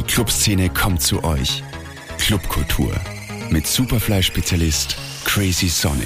Die Clubszene kommt zu euch. Clubkultur mit Superfly-Spezialist Crazy Sonic.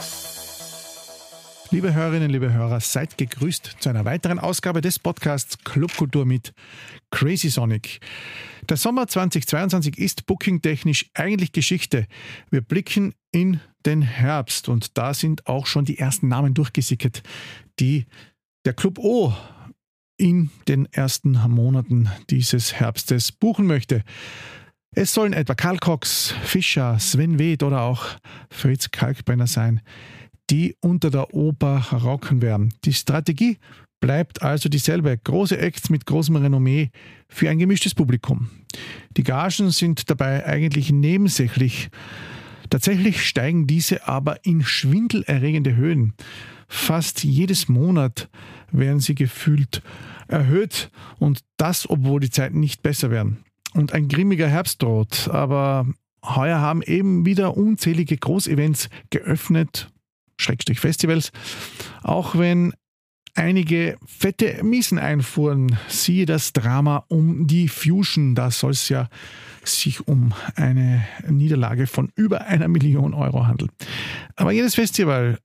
Liebe Hörerinnen, liebe Hörer, seid gegrüßt zu einer weiteren Ausgabe des Podcasts Clubkultur mit Crazy Sonic. Der Sommer 2022 ist bookingtechnisch eigentlich Geschichte. Wir blicken in den Herbst und da sind auch schon die ersten Namen durchgesickert, die der Club O in den ersten Monaten dieses Herbstes buchen möchte. Es sollen etwa Karl Cox, Fischer, Sven Väth oder auch Fritz Kalkbrenner sein, die unter der Oper rocken werden. Die Strategie bleibt also dieselbe. Große Acts mit großem Renommee für ein gemischtes Publikum. Die Gagen sind dabei eigentlich nebensächlich. Tatsächlich steigen diese aber in schwindelerregende Höhen. Fast jedes Monat werden sie gefühlt erhöht und das, obwohl die Zeiten nicht besser werden. Und ein grimmiger Herbst droht, aber heuer haben eben wieder unzählige Großevents geöffnet, Festivals, auch wenn einige fette Miesen einfuhren. Siehe das Drama um die Fusion, da soll es ja sich um eine Niederlage von über 1 Million Euro handeln. Aber jedes Festival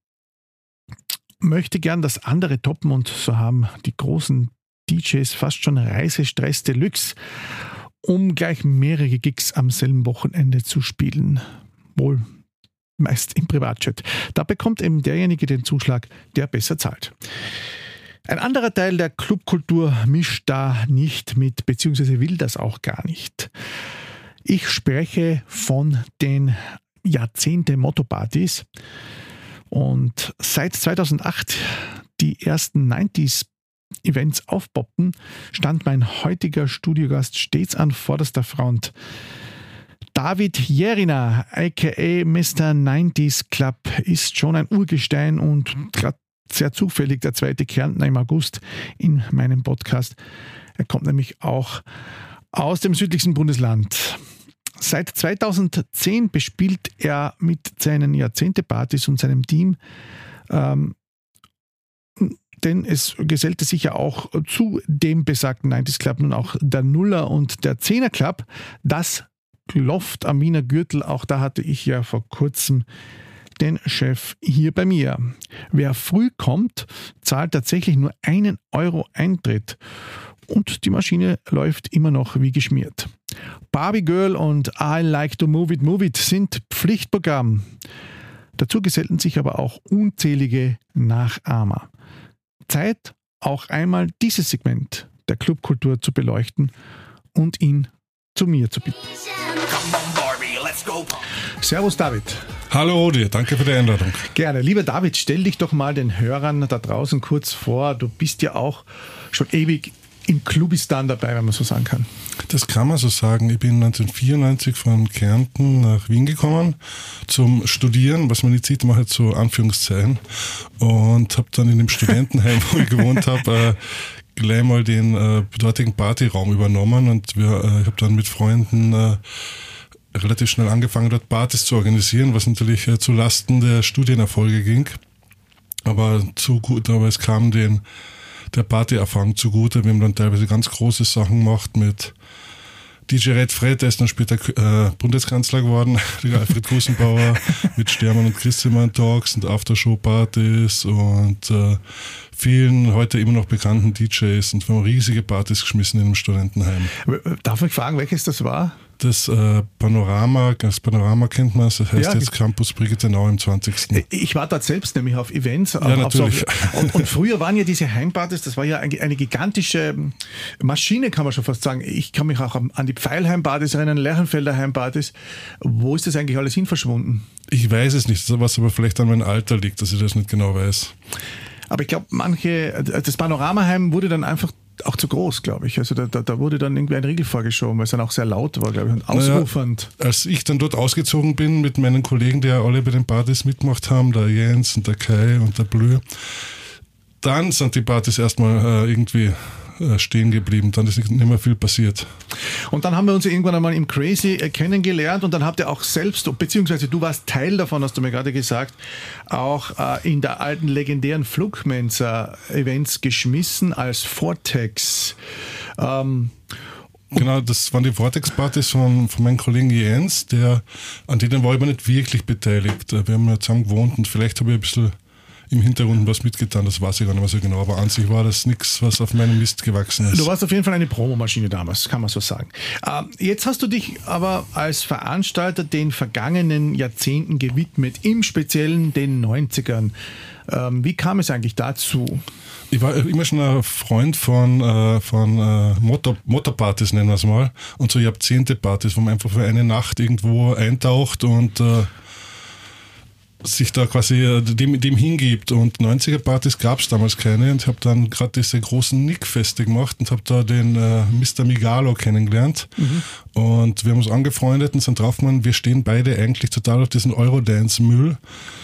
möchte gern das andere toppen und so haben die großen DJs fast schon Reisestress Deluxe, um gleich mehrere Gigs am selben Wochenende zu spielen. Wohl meist im Privatjet. Da bekommt eben derjenige den Zuschlag, der besser zahlt. Ein anderer Teil der Clubkultur mischt da nicht mit, beziehungsweise will das auch gar nicht. Ich spreche von den Jahrzehnte-Motto-Partys. Und seit 2008 die ersten 90s-Events aufpoppten, stand mein heutiger Studiogast stets an vorderster Front. David Jerina, a.k.a. Mr. 90s Club, ist schon ein Urgestein und gerade sehr zufällig der zweite Kärntner im August in meinem Podcast. Er kommt nämlich auch aus dem südlichsten Bundesland. Seit 2010 bespielt er mit seinen Jahrzehnte-Partys und seinem Team, denn es gesellte sich ja auch zu dem besagten 90s Club nun auch der Nuller und der 10er Club, das Loft am Wiener Gürtel. Auch da hatte ich ja vor kurzem den Chef hier bei mir. Wer früh kommt, zahlt tatsächlich nur 1 Euro Eintritt. Und die Maschine läuft immer noch wie geschmiert. Barbie Girl und I Like to Move It sind Pflichtprogramm. Dazu gesellten sich aber auch unzählige Nachahmer. Zeit, auch einmal dieses Segment der Clubkultur zu beleuchten und ihn zu mir zu bitten. Servus David. Hallo Rudi, danke für die Einladung. Gerne. Lieber David, stell dich doch mal den Hörern da draußen kurz vor. Du bist ja auch schon ewig im Clubistan dabei, wenn man so sagen kann. Das kann man so sagen. Ich bin 1994 von Kärnten nach Wien gekommen zum Studieren, was man nicht sieht, mache jetzt so Anführungszeichen, und habe dann in dem Studentenheim, wo ich gewohnt habe, gleich mal den dortigen Partyraum übernommen und ich habe dann mit Freunden relativ schnell angefangen, dort Partys zu organisieren, was natürlich zu Lasten der Studienerfolge ging, aber es kam der Partyerfahrung zugute. Wir haben dann teilweise ganz große Sachen gemacht mit DJ Red Fred, der ist dann später Bundeskanzler geworden, Alfred Gusenbauer, mit Stermann und Christemann Talks und Aftershow-Partys und vielen heute immer noch bekannten DJs, und wir haben riesige Partys geschmissen in einem Studentenheim. Darf ich fragen, welches das war? Das Panorama kennt man, das heißt jetzt Campus Brigittenau im 20. Ich war dort selbst nämlich auf Events. Ja, natürlich. Und früher waren ja diese Heimpartys, das war ja eine gigantische Maschine, kann man schon fast sagen. Ich kann mich auch an die Pfeilheimpartys erinnern, Lerchenfelder Heimpartys. Wo ist das eigentlich alles hin verschwunden? Ich weiß es nicht, was aber vielleicht an meinem Alter liegt, dass ich das nicht genau weiß. Aber ich glaube, das Panoramaheim wurde dann einfach auch zu groß, glaube ich. Also da wurde dann irgendwie ein Riegel vorgeschoben, weil es dann auch sehr laut war, glaube ich, und ausufernd. Als ich dann dort ausgezogen bin mit meinen Kollegen, die ja alle bei den Partys mitgemacht haben, der Jens und der Kai und der Blö, dann sind die Partys erstmal irgendwie stehen geblieben. Dann ist nicht mehr viel passiert. Und dann haben wir uns irgendwann einmal im Crazy kennengelernt und dann habt ihr auch selbst, beziehungsweise du warst Teil davon, hast du mir gerade gesagt, auch in der alten legendären Flugmensa Events geschmissen als Vortex. Genau, das waren die Vortex-Partys von meinem Kollegen Jens, an denen war ich aber nicht wirklich beteiligt. Wir haben ja zusammen gewohnt und vielleicht habe ich ein bisschen im Hintergrund was mitgetan, das weiß ich gar nicht mehr so genau, aber an sich war das nichts, was auf meinem Mist gewachsen ist. Du warst auf jeden Fall eine Promomaschine damals, kann man so sagen. Jetzt hast du dich aber als Veranstalter den vergangenen Jahrzehnten gewidmet, im Speziellen den 90ern. Wie kam es eigentlich dazu? Ich war immer schon ein Freund von Motorpartys, nennen wir es mal, und so Jahrzehnte-Partys, wo man einfach für eine Nacht irgendwo eintaucht und sich da quasi dem hingibt. Und 90er-Partys gab es damals keine und ich habe dann gerade diese großen Nick-Feste gemacht und habe da den Mr. Migalo kennengelernt. Und wir haben uns angefreundet und sind draufgekommen, wir stehen beide eigentlich total auf diesen Eurodance-Müll.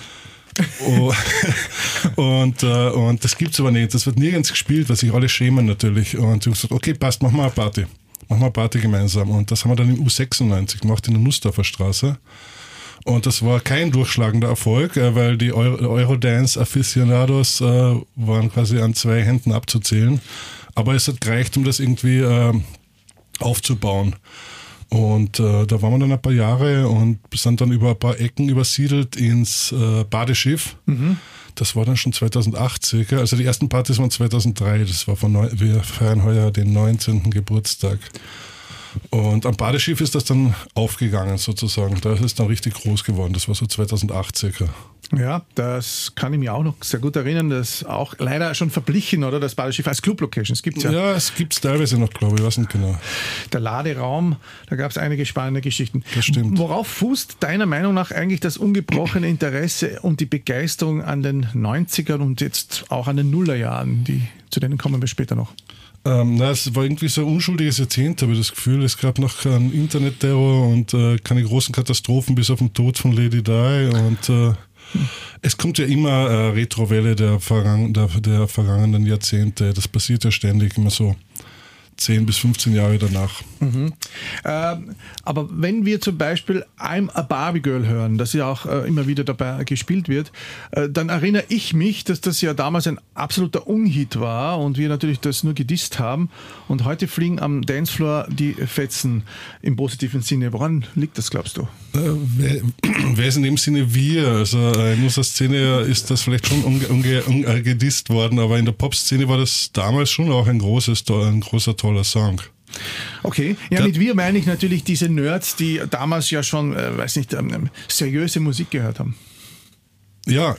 Und das gibt's aber nicht. Das wird nirgends gespielt, weil sich alle schämen natürlich. Und ich habe gesagt, okay, passt, machen wir eine Party. Machen wir eine Party gemeinsam. Und das haben wir dann im U96 gemacht, in der Nussdorfer Straße. Und das war kein durchschlagender Erfolg, weil die Eurodance-Aficionados waren quasi an 2 Händen abzuzählen. Aber es hat gereicht, um das irgendwie aufzubauen. Und da waren wir dann ein paar Jahre und sind dann über ein paar Ecken übersiedelt ins Badeschiff. Das war dann schon 2008 circa. Also die ersten Partys waren 2003. Das war wir feiern heuer den 19. Geburtstag. Und am Badeschiff ist das dann aufgegangen sozusagen. Da ist es dann richtig groß geworden. Das war so 2008 circa. Ja, das kann ich mir auch noch sehr gut erinnern. Das ist auch leider schon verblichen, oder? Das Badeschiff als Club-Location. Es gibt's ja. Ja, es gibt es teilweise noch, glaube ich. Ich weiß nicht genau. Der Laderaum, da gab es einige spannende Geschichten. Das stimmt. Worauf fußt deiner Meinung nach eigentlich das ungebrochene Interesse und die Begeisterung an den 90ern und jetzt auch an den Nullerjahren? Zu denen kommen wir später noch. Es war irgendwie so ein unschuldiges Jahrzehnt, habe ich das Gefühl. Es gab noch keinen Internetterror und keine großen Katastrophen bis auf den Tod von Lady Di. Und es kommt ja immer Retrowelle der vergangenen Jahrzehnte. Das passiert ja ständig, immer so 10 bis 15 Jahre danach. Aber wenn wir zum Beispiel I'm a Barbie Girl hören, das ja auch immer wieder dabei gespielt wird, dann erinnere ich mich, dass das ja damals ein absoluter Unhit war und wir natürlich das nur gedisst haben und heute fliegen am Dancefloor die Fetzen im positiven Sinne. Woran liegt das, glaubst du? Wer ist in dem Sinne wir? Also in unserer Szene ist das vielleicht schon gedisst worden, aber in der Pop-Szene war das damals schon auch ein großer, toller Song. Okay, ja, mit wir meine ich natürlich diese Nerds, die damals ja schon, seriöse Musik gehört haben. Ja,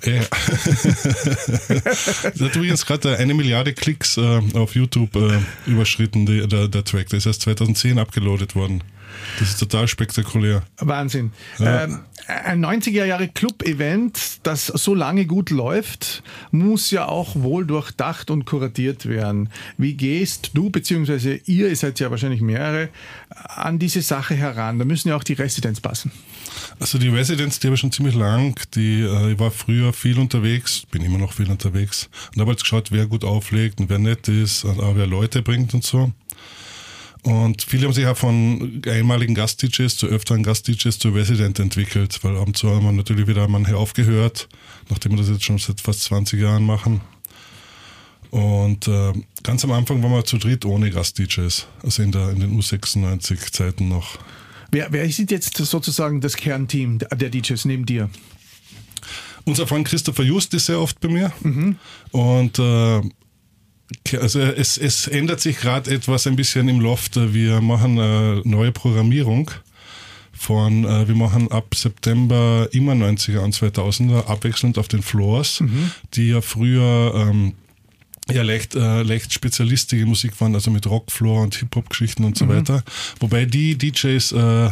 da hat übrigens gerade 1 Milliarde Klicks auf YouTube überschritten, der Track. Der ist erst 2010 abgeloadet worden. Das ist total spektakulär. Wahnsinn. Ja. Ein 90er-Jahre-Club-Event, das so lange gut läuft, muss ja auch wohl durchdacht und kuratiert werden. Wie gehst du, beziehungsweise ihr seid ja wahrscheinlich mehrere, an diese Sache heran? Da müssen ja auch die Residents passen. Also die Residents, die habe ich schon ziemlich lang. Ich war früher viel unterwegs, bin immer noch viel unterwegs und habe halt geschaut, wer gut auflegt und wer nett ist und auch wer Leute bringt und so. Und viele haben sich auch von einmaligen Gast-DJs zu öfteren Gast-DJs zu Resident entwickelt, weil ab und zu haben wir natürlich wieder manche aufgehört, nachdem wir das jetzt schon seit fast 20 Jahren machen. Und ganz am Anfang waren wir zu dritt ohne Gast-DJs, also in den U96-Zeiten noch. Wer ist jetzt sozusagen das Kernteam der DJs neben dir? Unser Freund Christopher Just ist sehr oft bei mir. Und also es ändert sich gerade etwas ein bisschen im Loft. Wir machen neue Programmierung wir machen ab September immer 90er und 2000er abwechselnd auf den Floors, die ja früher leicht spezialistische Musik waren, also mit Rockfloor und Hip-Hop-Geschichten und so weiter. Wobei die DJs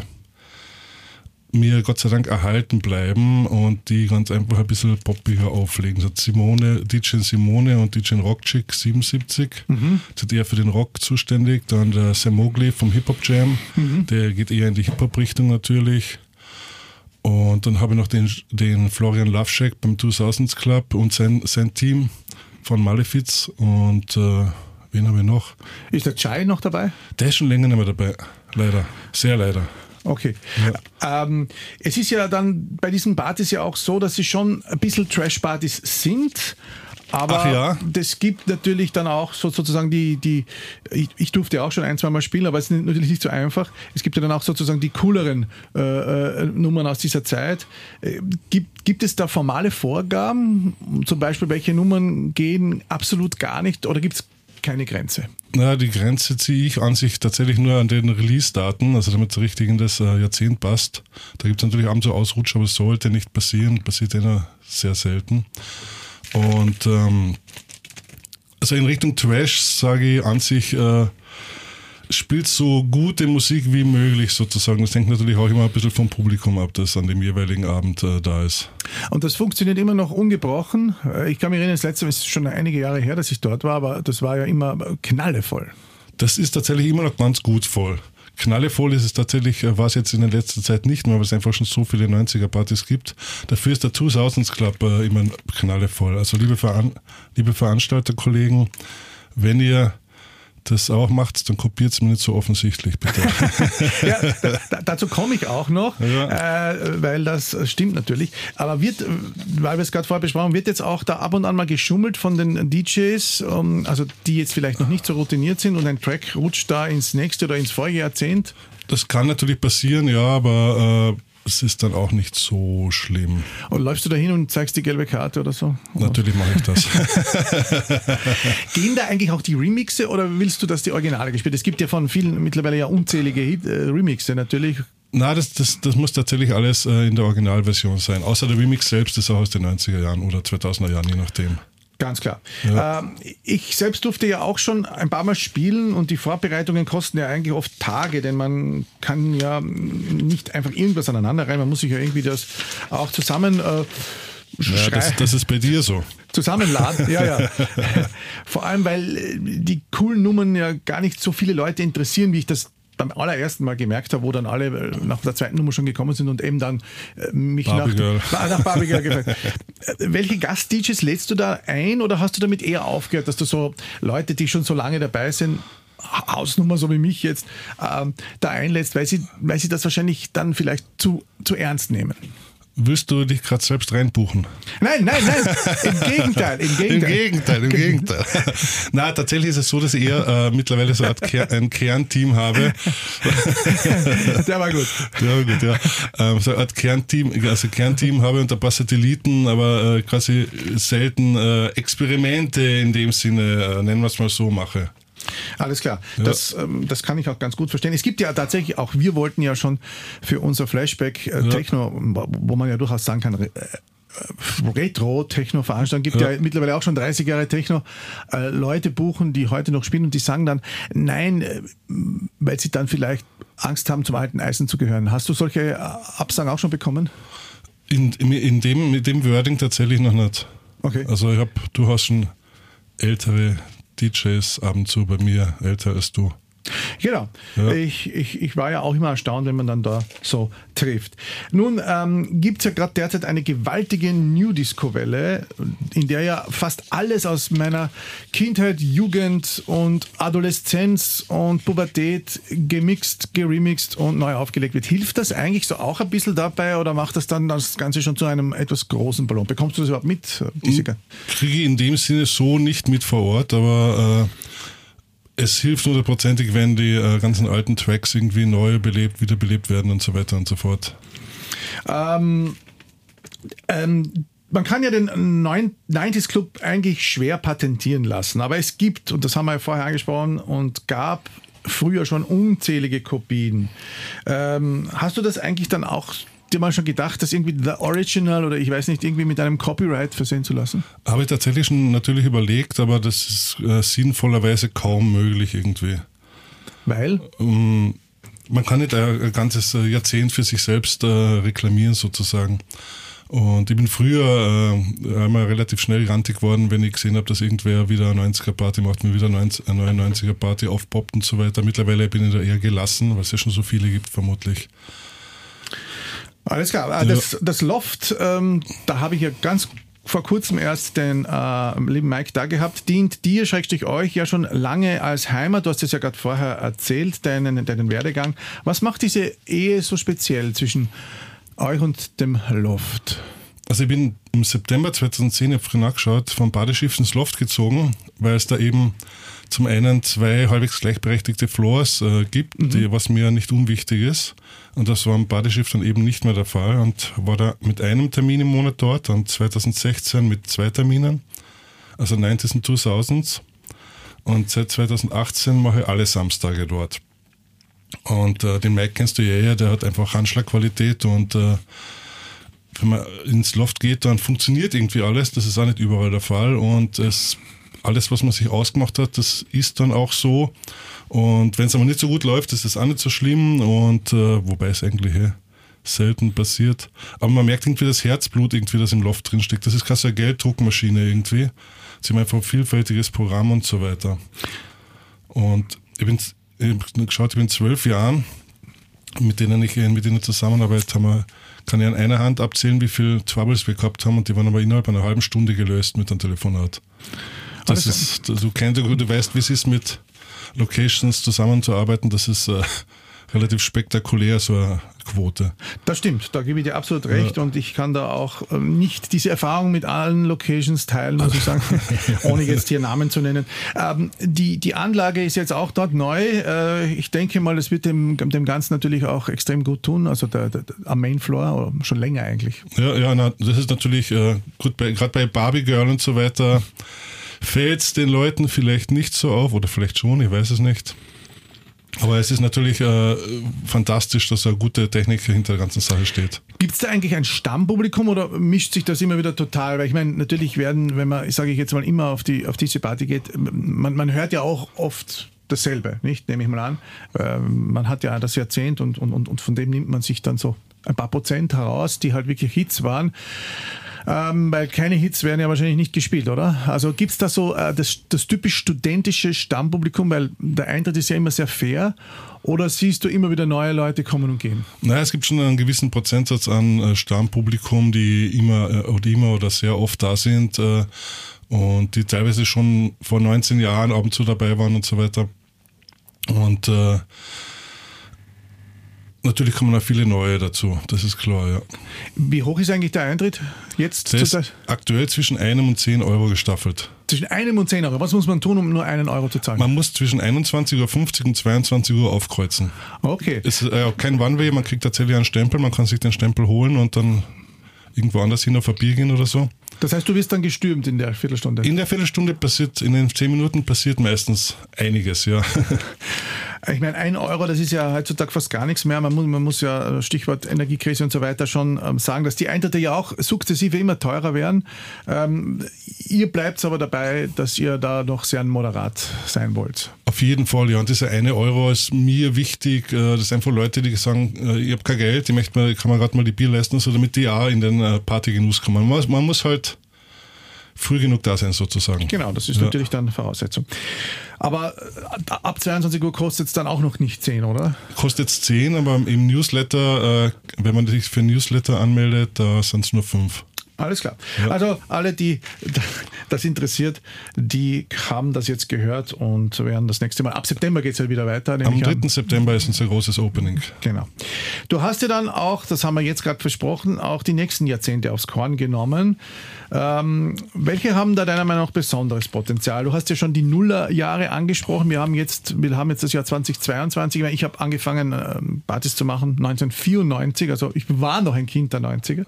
mir Gott sei Dank erhalten bleiben und die ganz einfach ein bisschen poppiger auflegen. So DJ Simone und DJ Rockchick 77, sind eher für den Rock zuständig. Dann der Sam Mowgli vom Hip-Hop Jam, der geht eher in die Hip-Hop-Richtung natürlich. Und dann habe ich noch den Florian Lovescheck beim 2000s Club und sein Team von Malefiz. Und wen habe ich noch? Ist der Chai noch dabei? Der ist schon länger nicht mehr dabei, leider. Sehr leider. Okay. Ja. Es ist ja dann bei diesen Partys ja auch so, dass sie schon ein bisschen Trash-Partys sind, Aber das gibt natürlich dann auch sozusagen ich durfte auch schon 1-2 Mal spielen, aber es ist natürlich nicht so einfach. Es gibt ja dann auch sozusagen die cooleren Nummern aus dieser Zeit. Gibt es da formale Vorgaben? Zum Beispiel, welche Nummern gehen absolut gar nicht oder gibt es keine Grenze? Na, die Grenze ziehe ich an sich tatsächlich nur an den Release-Daten, also damit es richtig in das Jahrzehnt passt. Da gibt es natürlich abends so Ausrutscher, aber es sollte nicht passieren, passiert nur sehr selten. Und also in Richtung Trash sage ich an sich, spielt so gute Musik wie möglich sozusagen. Das hängt natürlich auch immer ein bisschen vom Publikum ab, das an dem jeweiligen Abend da ist. Und das funktioniert immer noch ungebrochen. Ich kann mich erinnern, das letzte Mal ist schon einige Jahre her, dass ich dort war, aber das war ja immer knallevoll. Das ist tatsächlich immer noch ganz gut voll. Knallevoll ist es tatsächlich, war es jetzt in der letzten Zeit nicht mehr, weil es einfach schon so viele 90er-Partys gibt. Dafür ist der 2000s Club immer knallevoll. Also liebe Veranstalterkollegen, wenn ihr das auch macht, dann kopiert es mir nicht so offensichtlich, bitte. Ja, dazu komme ich auch noch, weil das stimmt natürlich. Aber weil wir es gerade vorher besprochen haben, wird jetzt auch da ab und an mal geschummelt von den DJs, also die jetzt vielleicht noch nicht so routiniert sind und ein Track rutscht da ins nächste oder ins vorige Jahrzehnt? Das kann natürlich passieren, ja, aber es ist dann auch nicht so schlimm. Und läufst du da hin und zeigst die gelbe Karte oder so? Natürlich mache ich das. Gehen da eigentlich auch die Remixe oder willst du, dass die Originale gespielt werden? Es gibt ja von vielen mittlerweile ja unzählige Remixe natürlich. Na, das muss tatsächlich alles in der Originalversion sein. Außer der Remix selbst ist auch aus den 90er Jahren oder 2000er Jahren, je nachdem. Ganz klar. Ja. Ich selbst durfte ja auch schon ein paar Mal spielen und die Vorbereitungen kosten ja eigentlich oft Tage, denn man kann ja nicht einfach irgendwas aneinander rein, man muss sich ja irgendwie das auch zusammen das ist bei dir so. Zusammenladen, ja. Vor allem, weil die coolen Nummern ja gar nicht so viele Leute interessieren, wie ich das beim allerersten Mal gemerkt habe, wo dann alle nach der zweiten Nummer schon gekommen sind und eben dann mich nach Barbie Girl gefragt. Welche Gast-DJs lädst du da ein oder hast du damit eher aufgehört, dass du so Leute, die schon so lange dabei sind, Hausnummer, so wie mich jetzt, da einlädst, weil sie das wahrscheinlich dann vielleicht zu ernst nehmen? Willst du dich gerade selbst reinbuchen? Nein. Im Gegenteil. Na, tatsächlich ist es so, dass ich eher mittlerweile so ein Kernteam habe. Der war gut. Ja. So eine Art Kernteam habe und ein paar Satelliten, aber quasi selten Experimente in dem Sinne, nennen wir es mal so, mache. Alles klar, ja. Das kann ich auch ganz gut verstehen. Es gibt ja tatsächlich auch, wir wollten ja schon für unser Flashback Techno, wo man ja durchaus sagen kann, Retro-Techno-Veranstaltungen, gibt ja mittlerweile auch schon 30 Jahre Techno, Leute buchen, die heute noch spielen und die sagen dann nein, weil sie dann vielleicht Angst haben, zum alten Eisen zu gehören. Hast du solche Absagen auch schon bekommen? Mit dem Wording tatsächlich noch nicht. Okay. Also ich habe durchaus schon ältere DJs ab und zu bei mir, älter als du. Genau. Ja. Ich war ja auch immer erstaunt, wenn man dann da so trifft. Nun gibt es ja gerade derzeit eine gewaltige New Disco-Welle, in der ja fast alles aus meiner Kindheit, Jugend und Adoleszenz und Pubertät gemixt, geremixt und neu aufgelegt wird. Hilft das eigentlich so auch ein bisschen dabei oder macht das dann das Ganze schon zu einem etwas großen Ballon? Bekommst du das überhaupt mit? Kriege ich in dem Sinne so nicht mit vor Ort, aber es hilft hundertprozentig, wenn die ganzen alten Tracks irgendwie neu wiederbelebt werden und so weiter und so fort. Man kann ja den 90s Club eigentlich schwer patentieren lassen, aber es gibt, und das haben wir ja vorher angesprochen, und gab früher schon unzählige Kopien. Hast du das eigentlich dann auch dir mal schon gedacht, das irgendwie The Original oder ich weiß nicht, irgendwie mit einem Copyright versehen zu lassen? Habe ich tatsächlich schon natürlich überlegt, aber das ist sinnvollerweise kaum möglich irgendwie. Weil? Man kann nicht ein ganzes Jahrzehnt für sich selbst reklamieren sozusagen. Und ich bin früher einmal relativ schnell grantig geworden, wenn ich gesehen habe, dass irgendwer wieder eine 90er-Party macht, mir wieder eine neue 90er-Party aufpoppt und so weiter. Mittlerweile bin ich da eher gelassen, weil es ja schon so viele gibt vermutlich. Alles klar. Das Loft, da habe ich ja ganz vor kurzem erst den lieben Mike da gehabt, dient dir, euch ja schon lange als Heimat. Du hast es ja gerade vorher erzählt, deinen Werdegang. Was macht diese Ehe so speziell zwischen euch und dem Loft? Also ich bin im September 2010, ich habe früher nachgeschaut, vom Badeschiff ins Loft gezogen, weil es da eben zum einen 2 halbwegs gleichberechtigte Floors gibt, was mir nicht unwichtig ist. Und das war im Badeschiff dann eben nicht mehr der Fall und war da mit einem Termin im Monat dort und 2016 mit 2 Terminen, also 90s und 2000s. Und seit 2018 mache ich alle Samstage dort. Und den Mike kennst du ja, der hat einfach Handschlagqualität und wenn man ins Loft geht, dann funktioniert irgendwie alles. Das ist auch nicht überall der Fall und alles, was man sich ausgemacht hat, das ist dann auch so. Und wenn es aber nicht so gut läuft, ist das auch nicht so schlimm und wobei es eigentlich selten passiert. Aber man merkt irgendwie das Herzblut, irgendwie, das im Loft drin steckt. Das ist keine so eine Gelddruckmaschine irgendwie. Sie haben einfach ein vielfältiges Programm und so weiter. Und ich habe geschaut, ich bin 12 Jahren, mit denen ich zusammenarbeite, kann ich an einer Hand abzählen, wie viele Troubles wir gehabt haben und die waren aber innerhalb einer halben Stunde gelöst mit einem Telefonat. Du weißt, wie es ist, mit Locations zusammenzuarbeiten, das ist relativ spektakulär, so eine Quote. Das stimmt, da gebe ich dir absolut recht und ich kann da auch nicht diese Erfahrung mit allen Locations teilen, muss ich sagen, ohne jetzt hier Namen zu nennen. Die Anlage ist jetzt auch dort neu. Ich denke mal, das wird dem Ganzen natürlich auch extrem gut tun, also am Mainfloor, schon länger eigentlich. Ja, das ist natürlich gut, gerade bei Barbie Girl und so weiter fällt es den Leuten vielleicht nicht so auf oder vielleicht schon, ich weiß es nicht. Aber es ist natürlich fantastisch, dass eine gute Technik hinter der ganzen Sache steht. Gibt es da eigentlich ein Stammpublikum oder mischt sich das immer wieder total? Weil ich meine, natürlich wenn man, sage ich jetzt mal, immer auf diese Party geht, man hört ja auch oft dasselbe, nicht? Nehme ich mal an. Man hat ja das Jahrzehnt und von dem nimmt man sich dann so ein paar Prozent heraus, die halt wirklich Hits waren. Weil keine Hits werden ja wahrscheinlich nicht gespielt, oder? Also gibt es da so das typisch studentische Stammpublikum, weil der Eintritt ist ja immer sehr fair, oder siehst du immer wieder neue Leute kommen und gehen? Naja, es gibt schon einen gewissen Prozentsatz an Stammpublikum, die immer oder sehr oft da sind und die teilweise schon vor 19 Jahren ab und zu dabei waren und so weiter. Und natürlich kommen auch viele neue dazu, das ist klar, ja. Wie hoch ist eigentlich der Eintritt jetzt? Der ist aktuell zwischen 1 und 10 Euro gestaffelt. Zwischen 1 und 10 Euro. Was muss man tun, um nur 1 Euro zu zahlen? Man muss zwischen 21.50 Uhr und 22 Uhr aufkreuzen. Okay. Es ist kein One-Way, man kriegt tatsächlich einen Stempel, man kann sich den Stempel holen und dann irgendwo anders hin auf ein Bier gehen oder so. Das heißt, du wirst dann gestürmt in der Viertelstunde? In der Viertelstunde in den 10 Minuten passiert meistens einiges, ja. Ich meine, 1 Euro, das ist ja heutzutage fast gar nichts mehr. Man muss ja, Stichwort Energiekrise und so weiter, schon sagen, dass die Eintritte ja auch sukzessive immer teurer werden. Ihr bleibt aber dabei, dass ihr da noch sehr moderat sein wollt. Auf jeden Fall, ja. Und dieser 1 Euro ist mir wichtig. Das sind einfach Leute, die sagen, ich habe kein Geld, kann man gerade mal die Bier leisten, so damit die auch in den Partygenuss kommen. Man muss halt früh genug da sein, sozusagen. Genau, das ist natürlich dann Voraussetzung. Aber ab 22 Uhr kostet es dann auch noch nicht 10, oder? Kostet es 10, aber im Newsletter, wenn man sich für ein Newsletter anmeldet, da sind es nur 5. Alles klar. Ja. Also alle, die das interessiert, die haben das jetzt gehört und werden das nächste Mal, ab September geht es halt wieder weiter. Am 3. September ist unser großes Opening. Genau. Du hast ja dann auch, das haben wir jetzt gerade versprochen, auch die nächsten Jahrzehnte aufs Korn genommen. Welche haben da deiner Meinung nach besonderes Potenzial? Du hast ja schon die Nullerjahre angesprochen. Wir haben jetzt das Jahr 2022. Ich habe angefangen, Partys zu machen 1994. Also ich war noch ein Kind der 90er.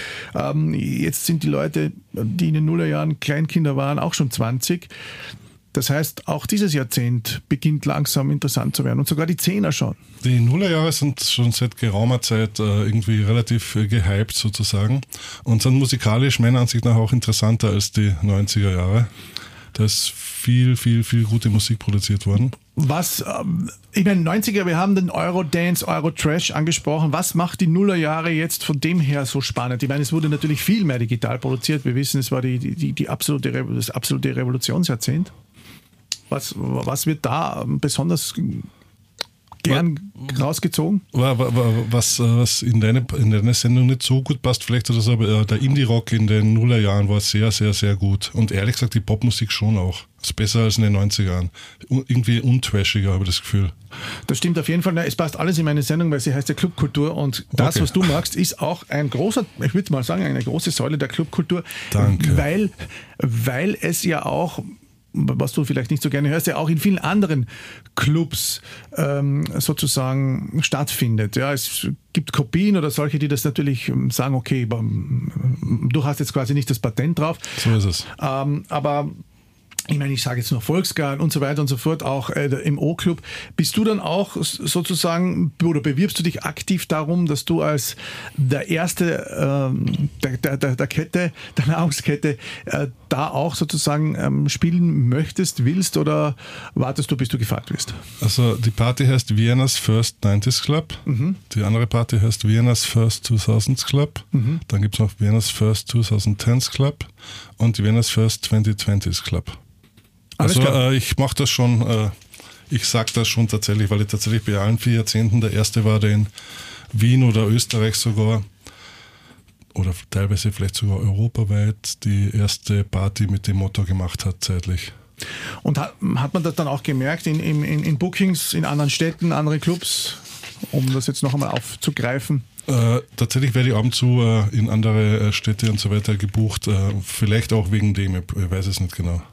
Jetzt sind die Leute, die in den Nullerjahren Kleinkinder waren, auch schon 20. Das heißt, auch dieses Jahrzehnt beginnt langsam interessant zu werden und sogar die 10er schon. Die Nullerjahre sind schon seit geraumer Zeit irgendwie relativ gehypt sozusagen und sind musikalisch meiner Ansicht nach auch interessanter als die 90er Jahre. Da ist viel, viel, viel gute Musik produziert worden. Ich meine, 90er, wir haben den Eurodance, Eurotrash angesprochen. Was macht die Nullerjahre jetzt von dem her so spannend? Ich meine, es wurde natürlich viel mehr digital produziert. Wir wissen, es war das absolute Revolutionsjahrzehnt. Was wird da besonders gern rausgezogen? Was in deine Sendung nicht so gut passt, vielleicht oder so, aber der Indie-Rock in den Nullerjahren war sehr, sehr, sehr gut. Und ehrlich gesagt, die Popmusik schon auch. Ist besser als in den 90ern. Irgendwie untrashiger, habe ich das Gefühl. Das stimmt auf jeden Fall. Es passt alles in meine Sendung, weil sie heißt ja Clubkultur. Und das, was du magst, ist auch ein großer, ich würde mal sagen, eine große Säule der Clubkultur. Danke. Weil es ja auch, was du vielleicht nicht so gerne hörst, ja auch in vielen anderen Clubs sozusagen stattfindet. Ja, es gibt Kopien oder solche, die das natürlich sagen, okay, du hast jetzt quasi nicht das Patent drauf. So ist es. Aber ich meine, ich sage jetzt nur Volksgarten und so weiter und so fort, auch im O-Club. Bist du dann auch sozusagen, oder bewirbst du dich aktiv darum, dass du als der Erste der Kette, der Nahrungskette, da auch sozusagen spielen möchtest, willst, oder wartest du, bis du gefragt wirst? Also die Party heißt Vienna's First 90s Club. Die andere Party heißt Vienna's First 2000s Club. Dann gibt es noch Vienna's First 2010s Club und Vienna's First 2020s Club. Also ich mache das schon, ich sage das schon tatsächlich, weil ich tatsächlich bei allen 4 Jahrzehnten der Erste war, der in Wien oder Österreich sogar oder teilweise vielleicht sogar europaweit die erste Party mit dem Motto gemacht hat zeitlich. Und hat man das dann auch gemerkt in Bookings, in anderen Städten, andere Clubs, um das jetzt noch einmal aufzugreifen? Tatsächlich werde ich ab und zu in andere Städte und so weiter gebucht, vielleicht auch wegen dem, ich weiß es nicht genau.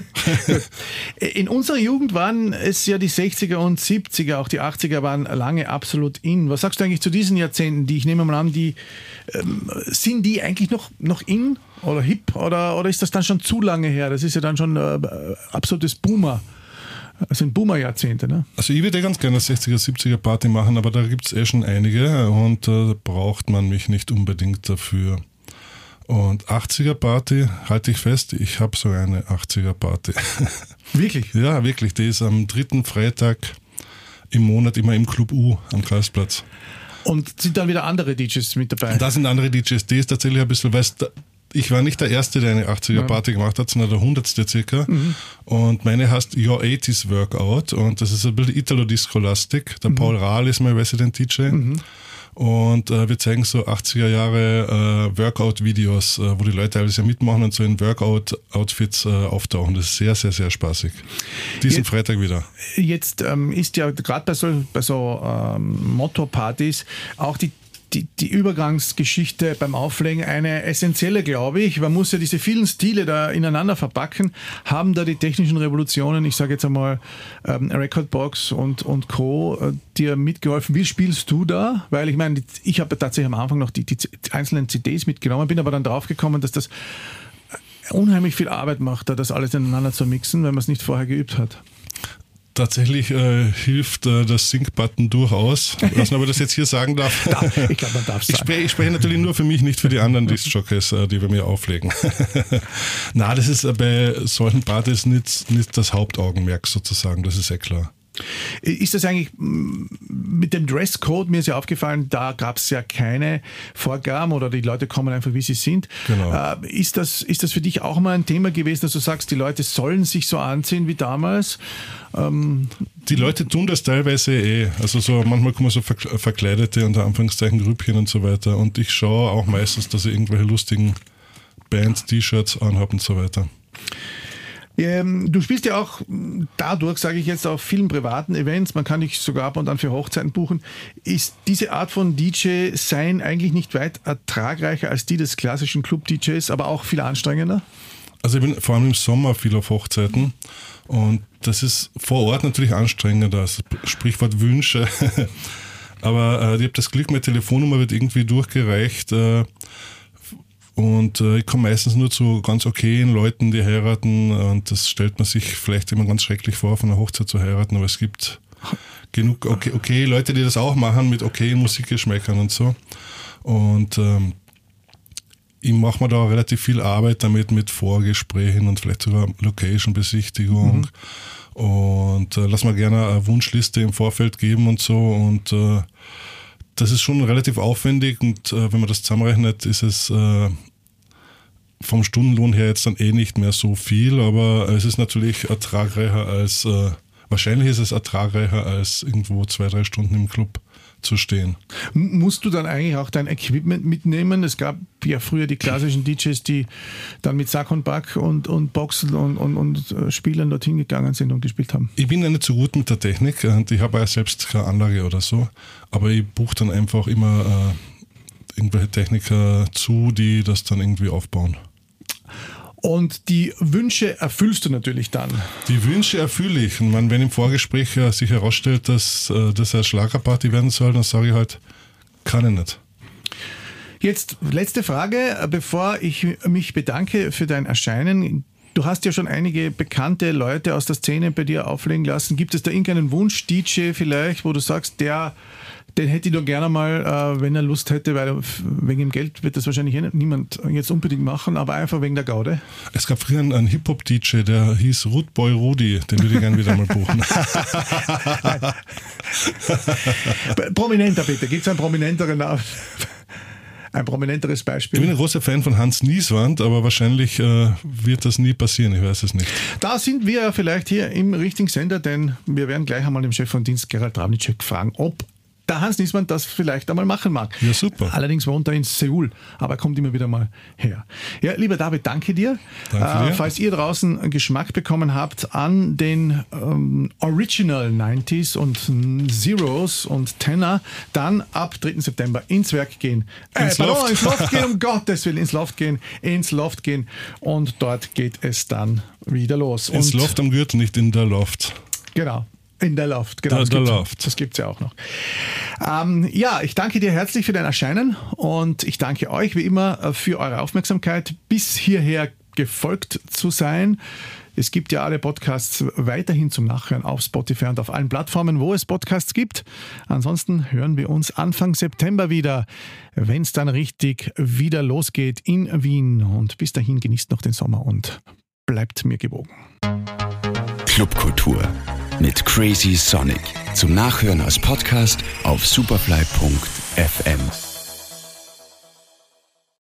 In unserer Jugend waren es ja die 60er und 70er, auch die 80er waren lange absolut in. Was sagst du eigentlich zu diesen Jahrzehnten, die ich nehme mal an, sind die eigentlich noch in oder hip oder ist das dann schon zu lange her? Das ist ja dann schon absolutes Boomer. Das sind Boomer-Jahrzehnte, ne? Also ich würde ganz gerne eine 60er, 70er Party machen, aber da gibt es schon einige und da braucht man mich nicht unbedingt dafür. Und 80er Party, halte ich fest, ich habe sogar eine 80er Party. Wirklich? Ja, wirklich. Die ist am 3. Freitag im Monat immer im Club U am Karlsplatz. Und sind dann wieder andere DJs mit dabei? Da sind andere DJs. Die ist tatsächlich ein bisschen, ich war nicht der Erste, der eine 80er-Party gemacht hat, sondern der 100. circa. Und meine heißt Your 80s Workout und das ist ein bisschen Italo-Disco-lastig. Der Paul Rahl ist mein Resident DJ. Und wir zeigen so 80er Jahre Workout-Videos, wo die Leute alles ja mitmachen und so in Workout-Outfits auftauchen. Das ist sehr, sehr, sehr spaßig. Diesen Freitag wieder. Jetzt ist ja gerade bei so Motto-Partys auch die Übergangsgeschichte beim Auflegen eine essentielle, glaube ich. Man muss ja diese vielen Stile da ineinander verpacken. Haben da die technischen Revolutionen, ich sage jetzt einmal Recordbox und Co. dir mitgeholfen? Wie spielst du da? Weil ich meine, ich habe tatsächlich am Anfang noch die einzelnen CDs mitgenommen, bin aber dann draufgekommen, dass das unheimlich viel Arbeit macht, da das alles ineinander zu mixen, wenn man es nicht vorher geübt hat. Tatsächlich hilft das Sync-Button durchaus. Was man aber das jetzt hier sagen darf. Ich glaube, man darf es sagen. Ich spreche natürlich nur für mich, nicht für die anderen Disc-Jockeys, die bei mir auflegen. Na, das ist bei solchen Partys nicht das Hauptaugenmerk sozusagen, das ist ja klar. Ist das eigentlich mit dem Dresscode, mir ist ja aufgefallen, da gab es ja keine Vorgaben oder die Leute kommen einfach, wie sie sind. Genau. Ist das für dich auch mal ein Thema gewesen, dass du sagst, die Leute sollen sich so anziehen wie damals? Die Leute tun das teilweise also so manchmal kommen so verkleidete, unter Anführungszeichen, Grüppchen und so weiter und ich schaue auch meistens, dass ich irgendwelche lustigen Band-T-Shirts anhabe und so weiter. Du spielst ja auch dadurch, sage ich jetzt, auf vielen privaten Events, man kann dich sogar ab und an für Hochzeiten buchen. Ist diese Art von DJ-Sein eigentlich nicht weit ertragreicher als die des klassischen Club-DJs, aber auch viel anstrengender? Also ich bin vor allem im Sommer viel auf Hochzeiten und das ist vor Ort natürlich anstrengender, also Sprichwort Wünsche. Aber ich habe das Glück, meine Telefonnummer wird irgendwie durchgereicht. Und ich komme meistens nur zu ganz okayen Leuten, die heiraten und das stellt man sich vielleicht immer ganz schrecklich vor, von einer Hochzeit zu heiraten, aber es gibt genug okay Leute, die das auch machen mit okayen Musikgeschmäckern und so. Und ich mache mir da relativ viel Arbeit damit mit Vorgesprächen und vielleicht sogar Location-Besichtigung und lass mir gerne eine Wunschliste im Vorfeld geben und so und das ist schon relativ aufwendig und wenn man das zusammenrechnet, ist es vom Stundenlohn her jetzt dann nicht mehr so viel, aber es ist natürlich ertragreicher als wahrscheinlich ist es ertragreicher, als irgendwo 2-3 Stunden im Club zu stehen. Musst du dann eigentlich auch dein Equipment mitnehmen? Es gab ja früher die klassischen DJs, die dann mit Sack und Back und Boxen und Spielern dorthin gegangen sind und gespielt haben. Ich bin ja nicht so gut mit der Technik und ich habe ja selbst keine Anlage oder so, aber ich buche dann einfach immer irgendwelche Techniker zu, die das dann irgendwie aufbauen. Und die Wünsche erfüllst du natürlich dann. Die Wünsche erfülle ich. Und wenn im Vorgespräch sich herausstellt, dass das eine Schlagerparty werden soll, dann sage ich halt, kann ich nicht. Jetzt letzte Frage, bevor ich mich bedanke für dein Erscheinen. Du hast ja schon einige bekannte Leute aus der Szene bei dir auflegen lassen. Gibt es da irgendeinen Wunsch-DJ vielleicht, wo du sagst, den hätte ich doch gerne mal, wenn er Lust hätte, weil wegen dem Geld wird das wahrscheinlich niemand jetzt unbedingt machen, aber einfach wegen der Gaude. Es gab früher einen Hip-Hop-DJ, der hieß Rootboy Rudi, den würde ich gerne wieder mal buchen. Prominenter bitte, gibt es einen prominenteren Namen? Ein prominenteres Beispiel. Ich bin ein großer Fan von Hans Nieswand, aber wahrscheinlich wird das nie passieren, ich weiß es nicht. Da sind wir ja vielleicht hier im richtigen Sender, denn wir werden gleich einmal den Chef von Dienst Gerald Travnicek fragen, ob der Hans Niesmann das vielleicht einmal machen mag. Ja, super. Allerdings wohnt er in Seoul, aber er kommt immer wieder mal her. Ja, lieber David, danke dir. Danke dir. Falls ihr draußen Geschmack bekommen habt an den Original 90s und Zeros und Tenor, dann ab 3. September ins Werk gehen. Ins Loft gehen, um Gottes Willen, ins Loft gehen und dort geht es dann wieder los. Ins Loft am Gürtel, nicht in der Loft. Genau. In der Loft, genau. Das gibt es ja auch noch. Ja, ich danke dir herzlich für dein Erscheinen und ich danke euch wie immer für eure Aufmerksamkeit, bis hierher gefolgt zu sein. Es gibt ja alle Podcasts weiterhin zum Nachhören auf Spotify und auf allen Plattformen, wo es Podcasts gibt. Ansonsten hören wir uns Anfang September wieder, wenn es dann richtig wieder losgeht in Wien. Und bis dahin genießt noch den Sommer und bleibt mir gewogen. Clubkultur mit Crazy Sonic. Zum Nachhören als Podcast auf superfly.fm.